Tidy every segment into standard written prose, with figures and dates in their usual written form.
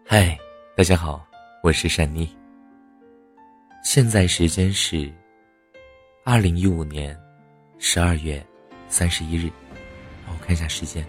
嗨，大家好，我是珊妮。现在时间是2015年12月31日，让我看一下时间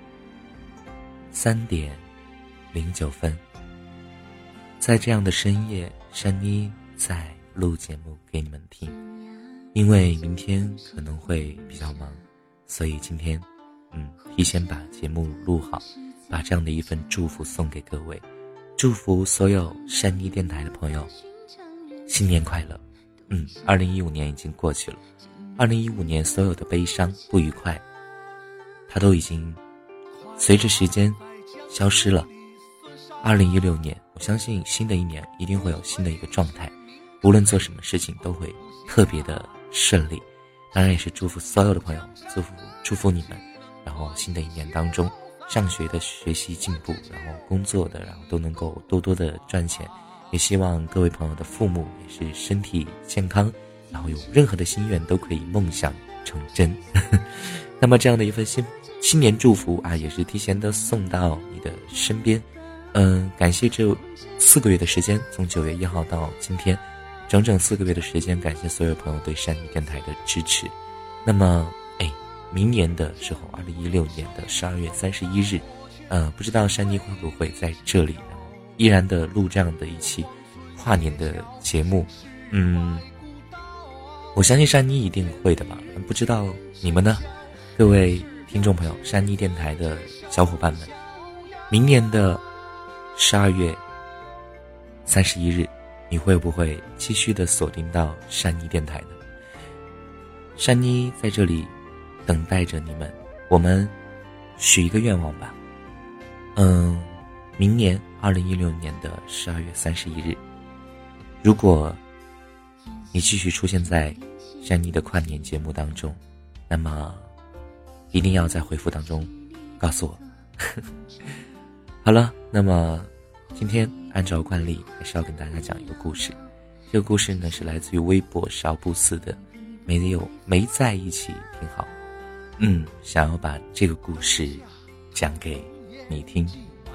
，3点09分。在这样的深夜，珊妮在录节目给你们听，因为明天可能会比较忙，所以今天提前把节目录好，把这样的一份祝福送给各位，祝福所有珊妮电台的朋友新年快乐。2015年已经过去了，2015年所有的悲伤不愉快它都已经随着时间消失了。2016年我相信新的一年一定会有新的一个状态，无论做什么事情都会特别的顺利。当然也是祝福所有的朋友，祝福你们，然后新的一年当中上学的学习进步，然后工作的然后都能够多多的赚钱，也希望各位朋友的父母也是身体健康，然后有任何的心愿都可以梦想成真那么这样的一份新年祝福啊，也是提前的送到你的身边。感谢这4个月的时间，从9月1号到今天，整整4个月的时间，感谢所有朋友对珊妮电台的支持。那么明年的时候2016年的12月31日，不知道珊妮会不会在这里依然的录这样的一期跨年的节目。我相信珊妮一定会的吧，不知道你们呢？各位听众朋友，珊妮电台的小伙伴们，明年的12月31日你会不会继续的锁定到珊妮电台呢？珊妮在这里等待着你们，我们许一个愿望吧。明年2016年的12月31日，如果你继续出现在珊妮的跨年节目当中，那么一定要在回复当中告诉我好了，那么今天按照惯例还是要跟大家讲一个故事。这个故事呢是来自于微博勺布斯的没在一起挺好。想要把这个故事讲给你听。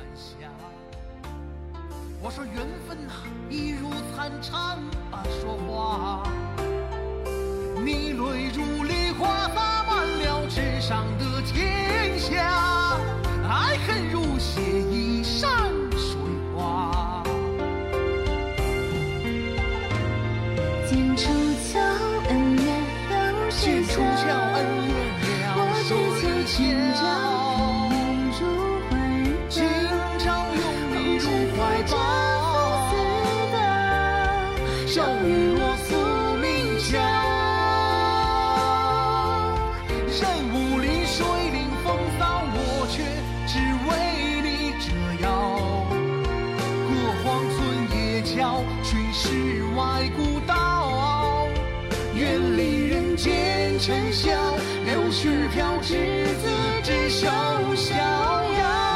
我说缘分一如残肠般说话，你泪如梨花洒满了纸上的天下，爱恨如血一山水画， 剑出鞘恩怨了谁家，我只求情长永你入怀抱，生与我宿命桥，任武林水林风骚，我却只为你折腰。隔荒村野桥，寻世外古道，远离人间尘嚣，流絮飘至自知手逍遥。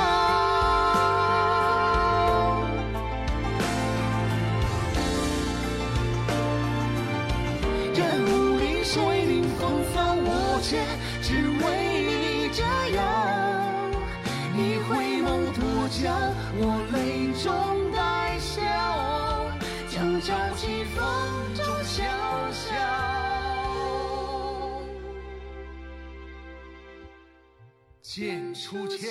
水林风骚，我却只为你折腰。你回眸多娇，我泪中带笑，将朝气风中潇潇。剑出鞘，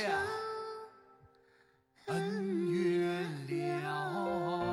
恩怨了。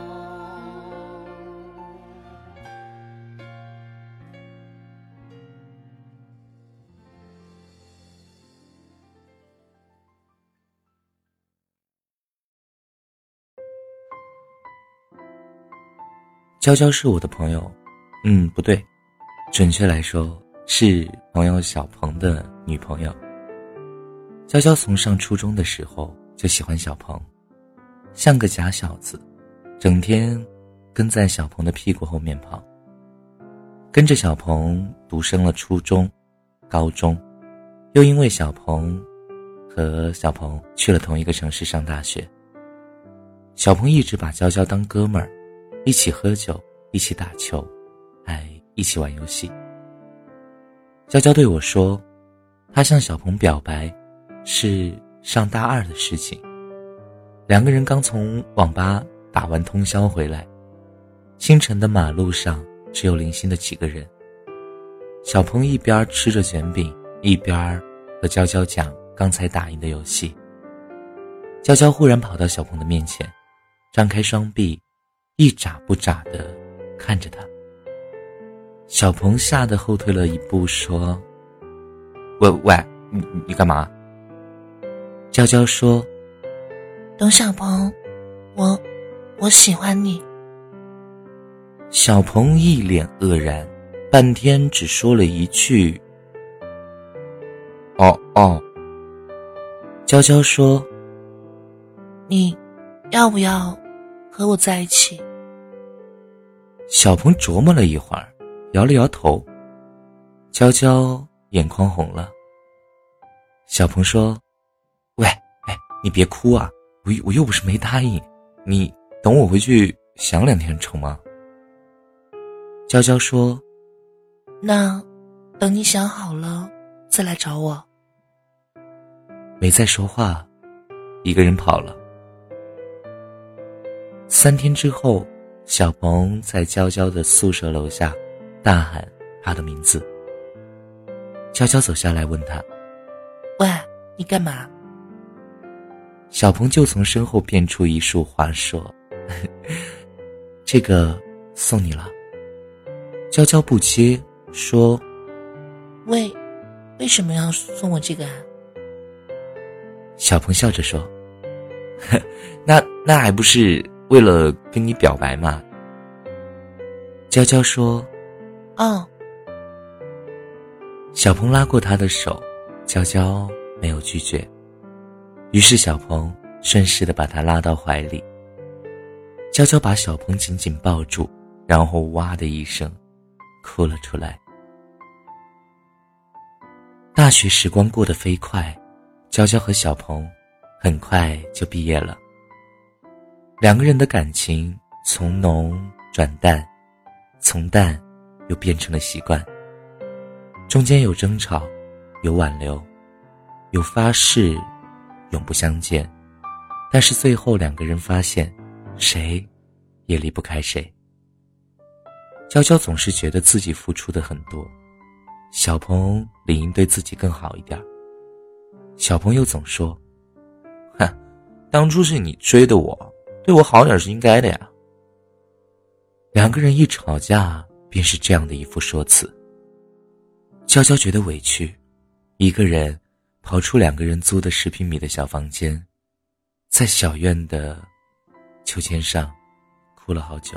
娇娇是我的朋友，不对，准确来说是朋友小鹏的女朋友。娇娇从上初中的时候就喜欢小鹏，像个假小子，整天跟在小鹏的屁股后面跑，跟着小鹏读升了初中、高中，又因为小鹏和小鹏去了同一个城市上大学。小鹏一直把娇娇当哥们儿，一起喝酒，一起打球，还一起玩游戏。娇娇对我说，她向小鹏表白是上大2的事情， 两个人刚从网吧打完通宵回来，清晨的马路上只有零星的几个人。小鹏一边吃着卷饼，一边和娇娇讲刚才打赢的游戏。娇娇忽然跑到小鹏的面前，张开双臂，一眨不眨地看着他。小鹏吓得后退了一步，说：喂，你干嘛？娇娇说： 董小鹏，我喜欢你。 小鹏一脸愕然，半天只说了一句：哦。娇娇说： 你要不要和我在一起？ 小鹏琢磨了一会儿，摇了摇头。娇娇眼眶红了。小鹏说：喂，你别哭啊，我又不是没答应，你等我回去想2天成吗？娇娇说： 那等你想好了再来找我。 没再说话，一个人跑了。3天之后，小鹏在娇娇的宿舍楼下大喊她的名字。娇娇走下来问他： 喂，你干嘛？ 小鹏就从身后变出一束花说：这个送你了。娇娇不接，说： 为什么要送我这个啊？ 小鹏笑着说：那还不是为了跟你表白嘛。娇娇说： 哦。 小鹏拉过她的手，娇娇没有拒绝，于是小鹏顺势地把她拉到怀里。娇娇把小鹏紧紧抱住，然后哇的一声哭了出来。大学时光过得飞快，娇娇和小鹏很快就毕业了。两个人的感情从浓转淡，从淡又变成了习惯。中间有争吵，有挽留，有发誓永不相见，但是最后两个人发现谁也离不开谁。娇娇总是觉得自己付出的很多，小鹏理应对自己更好一点。小鹏又总说：当初是你追的我，对我好点是应该的呀。两个人一吵架便是这样的一副说辞。娇娇觉得委屈，一个人跑出2个人租的10平米的小房间，在小院的秋千上哭了好久。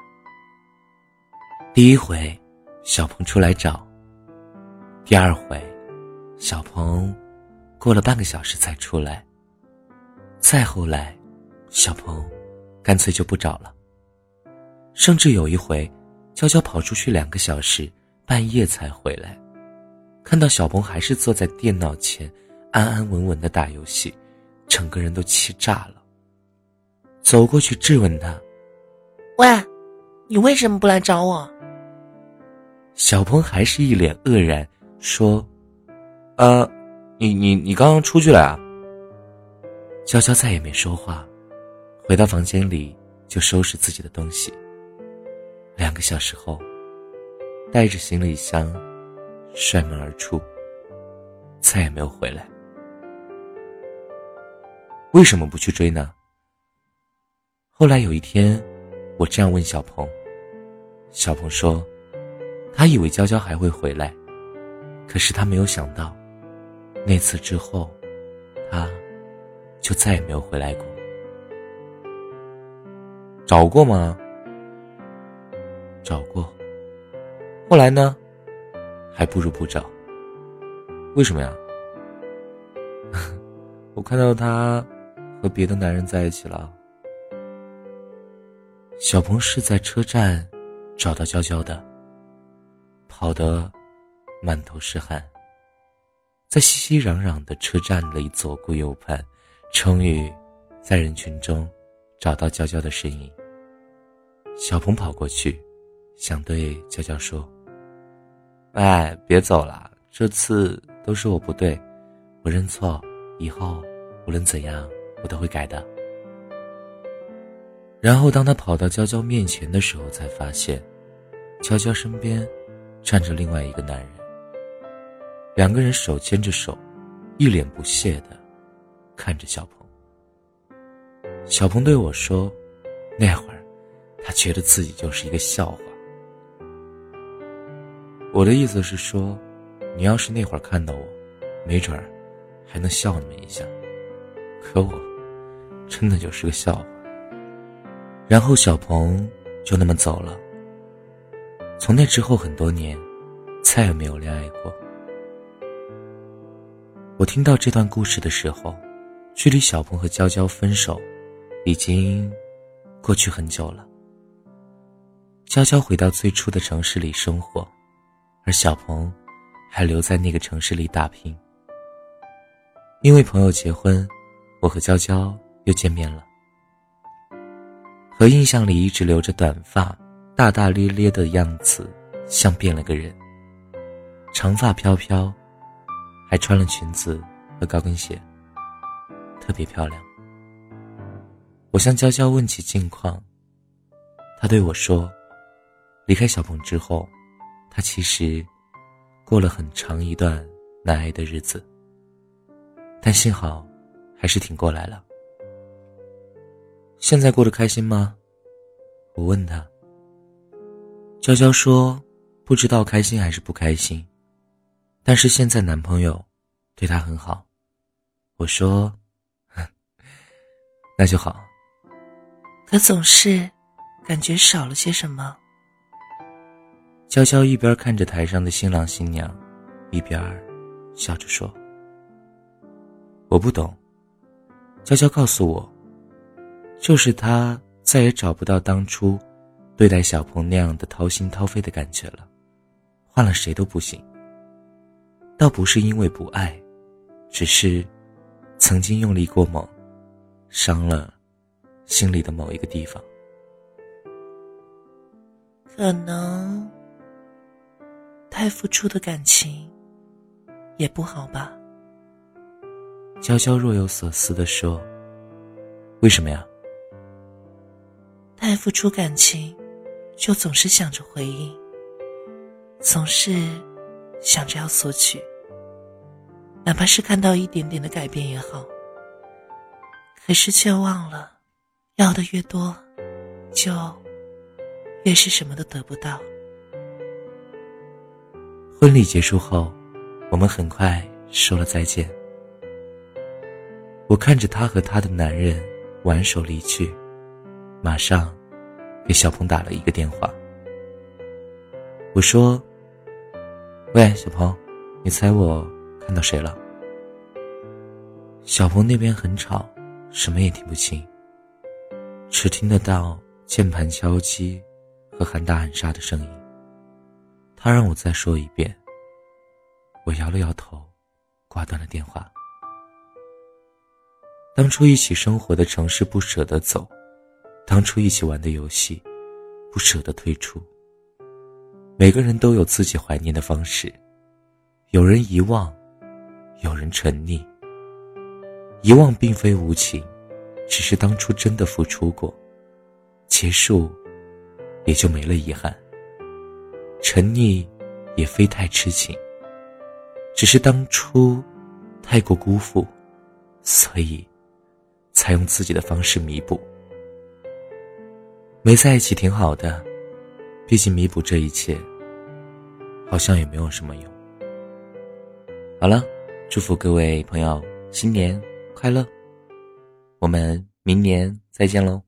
第一回小鹏出来找，第2回小鹏过了半个小时才出来，再后来小鹏干脆就不找了。甚至有一回娇娇跑出去2个小时，半夜才回来，看到小鹏还是坐在电脑前安安稳稳地打游戏，整个人都气炸了。走过去质问他： 喂，你为什么不来找我？ 小鹏还是一脸愕然说：你刚刚出去了啊？娇娇再也没说话，回到房间里就收拾自己的东西。2个小时后，带着行李箱摔门而出，再也没有回来。为什么不去追呢？后来有一天，我这样问小鹏，小鹏说他以为娇娇还会回来，可是他没有想到，那次之后他就再也没有回来过。找过吗？找过。后来呢？还不如不找。为什么呀？我看到他和别的男人在一起了。小鹏是在车站找到娇娇的，跑得满头是汗，在熙熙攘攘的车站里左顾右盼，终于在人群中找到娇娇的身影。小鹏跑过去，想对娇娇说：别走了，这次都是我不对，我认错，以后无论怎样我都会改的。 然后当他跑到娇娇面前的时候，才发现娇娇身边站着另外一个男人，两个人手牵着手，一脸不屑地看着小鹏。小鹏对我说，那会儿他觉得自己就是一个笑话。我的意思是说，你要是那会儿看到我，没准儿还能笑那么一下，可我真的就是个笑话。然后小鹏就那么走了。从那之后很多年，再也没有恋爱过。我听到这段故事的时候，距离小鹏和娇娇分手已经过去很久了。娇娇回到最初的城市里生活，而小鹏还留在那个城市里打拼。因为朋友结婚，我和娇娇又见面了。和印象里一直留着短发大大咧咧的样子像变了个人，长发飘飘，还穿了裙子和高跟鞋，特别漂亮。我向娇娇问起近况，她对我说，离开小鹏之后，她其实过了很长一段难挨的日子，但幸好还是挺过来了。现在过得开心吗？我问她。娇娇说，不知道开心还是不开心，但是现在男朋友对她很好。我说，那就好。 可总是感觉少了些什么。 娇娇一边看着台上的新郎新娘，一边笑着说，我不懂。娇娇告诉我，就是她再也找不到当初对待小鹏那样的掏心掏肺的感觉了，换了谁都不行。倒不是因为不爱，只是曾经用力过猛，伤了心里的某一个地方。 可能太付出的感情也不好吧。 娇娇若有所思地说，为什么呀？ 太付出感情就总是想着回应，总是想着要索取，哪怕是看到一点点的改变也好，可是却忘了要的越多，就越是什么都得不到。 婚礼结束后，我们很快说了再见。我看着她和她的男人挽手离去，马上给小鹏打了一个电话。我说，喂，小鹏，你猜我看到谁了？小鹏那边很吵，什么也听不清，只听得到键盘敲击和喊打喊杀的声音。他让我再说一遍，我摇了摇头，挂断了电话。当初一起生活的城市不舍得走，当初一起玩的游戏不舍得退出。每个人都有自己怀念的方式，有人遗忘，有人沉溺。遗忘并非无情，只是当初真的付出过，结束也就没了遗憾。沉溺也非太痴情，只是当初太过辜负，所以才用自己的方式弥补。没在一起挺好的，毕竟弥补这一切好像也没有什么用。好了，祝福各位朋友新年快乐，我们明年再见喽。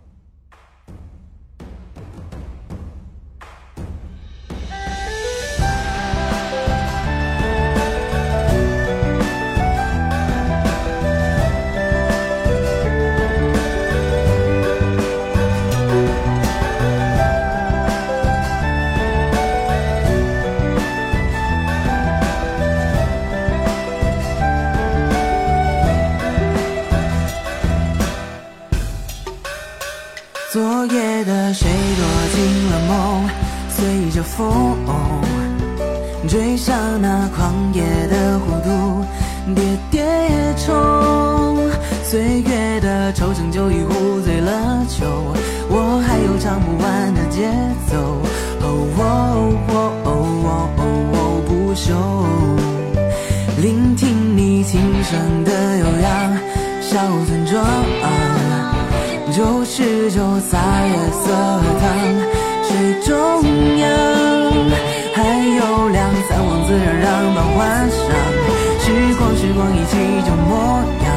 昨夜的水躲进了梦，随着风追上那狂野的弧度，跌跌冲。岁月的愁成就已壶醉了酒， 唱不完的节奏，不休。聆听你轻声的悠扬，小村庄919洒月色堂，水中央还有2、3王自然让伴幻想，时光一起就模样，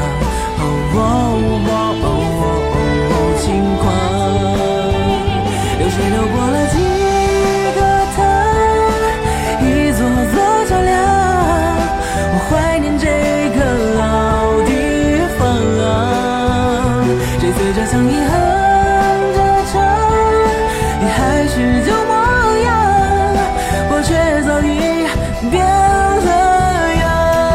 轻狂，流水流过了几个塘，一座座桥梁，我怀念这个老地方，谁随着乡音哼着唱，你还是旧模样，我却早已变了样。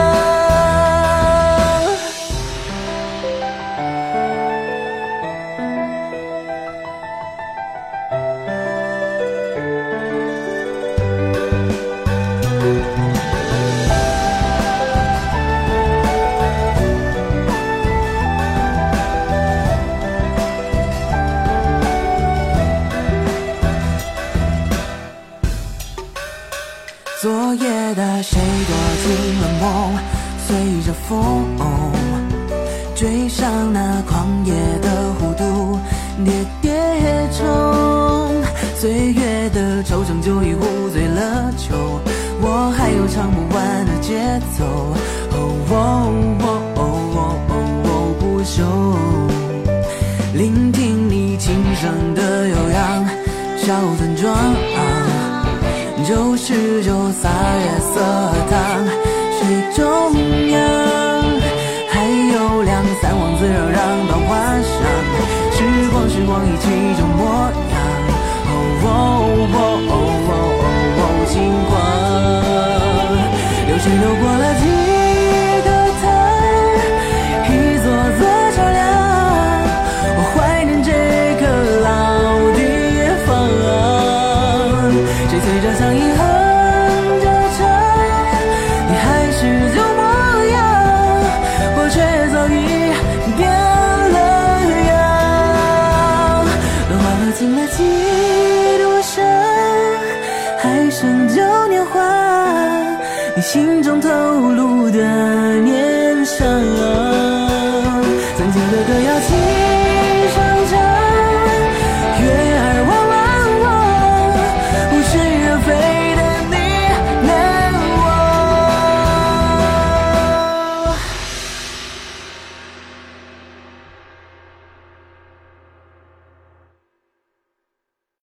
昨夜的谁躲进了梦，随着风追上那狂野的弧度，跌跌冲，岁月的愁成就已壶醉了酒，我还有唱不完的节奏，不休。聆听你轻声的悠扬，小村庄919洒月色堂，水中央还有2、3王自然让伴幻想，时光一起就模样，轻狂，流水流过了几个塘，一座座桥梁，我怀念这个老地方，谁随着乡音哼着唱，你还是旧模样，我却早已变了样。都花了尽了几多伤，还剩旧年华，你心中透露的念想，曾经的歌谣